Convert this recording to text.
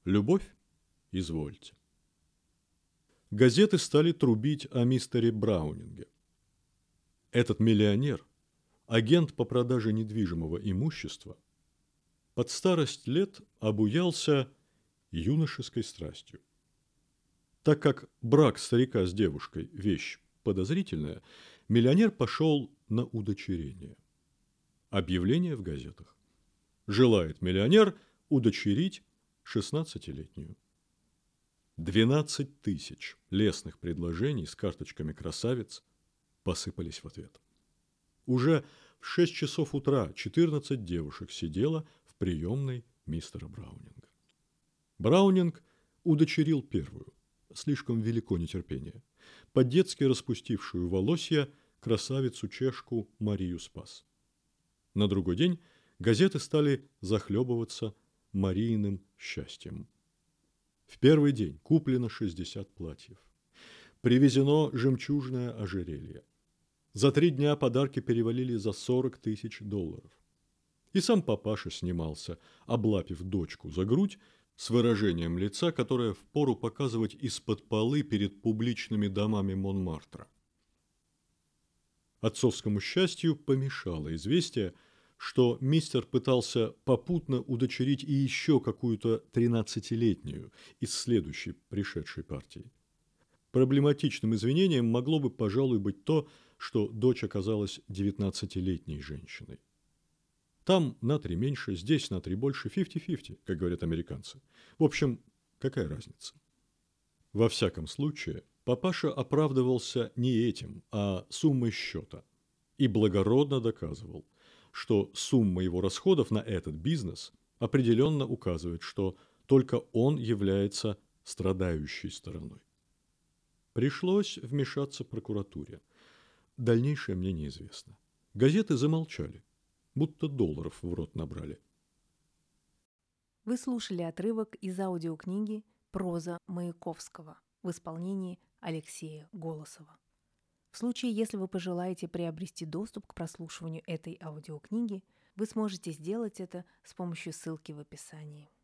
Любовь? Извольте. Газеты стали трубить о мистере Браунинге. Этот миллионер, агент по продаже недвижимого имущества, под старость лет обуялся юношеской страстью. Так как брак старика с девушкой – вещь подозрительная, миллионер пошел на удочерение. Объявление в газетах. Желает миллионер удочерить 16-летнюю. 12 тысяч лестных предложений с карточками красавиц посыпались в ответ. Уже в 6 часов утра 14 девушек сидело в приемной мистера Браунинга. Браунинг удочерил первую. Слишком велико нетерпение. По-детски распустившую волосья красавицу-чешку Марию спас. На другой день газеты стали захлебываться Марииным счастьем. В первый день куплено 60 платьев. Привезено жемчужное ожерелье. За 3 дня подарки перевалили за $40 000. И сам папаша снимался, облапив дочку за грудь, с выражением лица, которое впору показывать из-под полы перед публичными домами Монмартра. Отцовскому счастью помешало известие, что мистер пытался попутно удочерить и еще какую-то 13-летнюю из следующей пришедшей партии. Проблематичным извинением могло бы, пожалуй, быть то, что дочь оказалась 19-летней женщиной. Там на 3 меньше, здесь на 3 больше, 50-50, как говорят американцы. В общем, какая разница? Во всяком случае, папаша оправдывался не этим, а суммой счета. И благородно доказывал, что сумма его расходов на этот бизнес определенно указывает, что только он является страдающей стороной. Пришлось вмешаться прокуратуре. Дальнейшее мне неизвестно. Газеты замолчали, будто долларов в рот набрали. Вы слушали отрывок из аудиокниги «Проза Маяковского» в исполнении Алексея Голосова. В случае, если вы пожелаете приобрести доступ к прослушиванию этой аудиокниги, вы сможете сделать это с помощью ссылки в описании.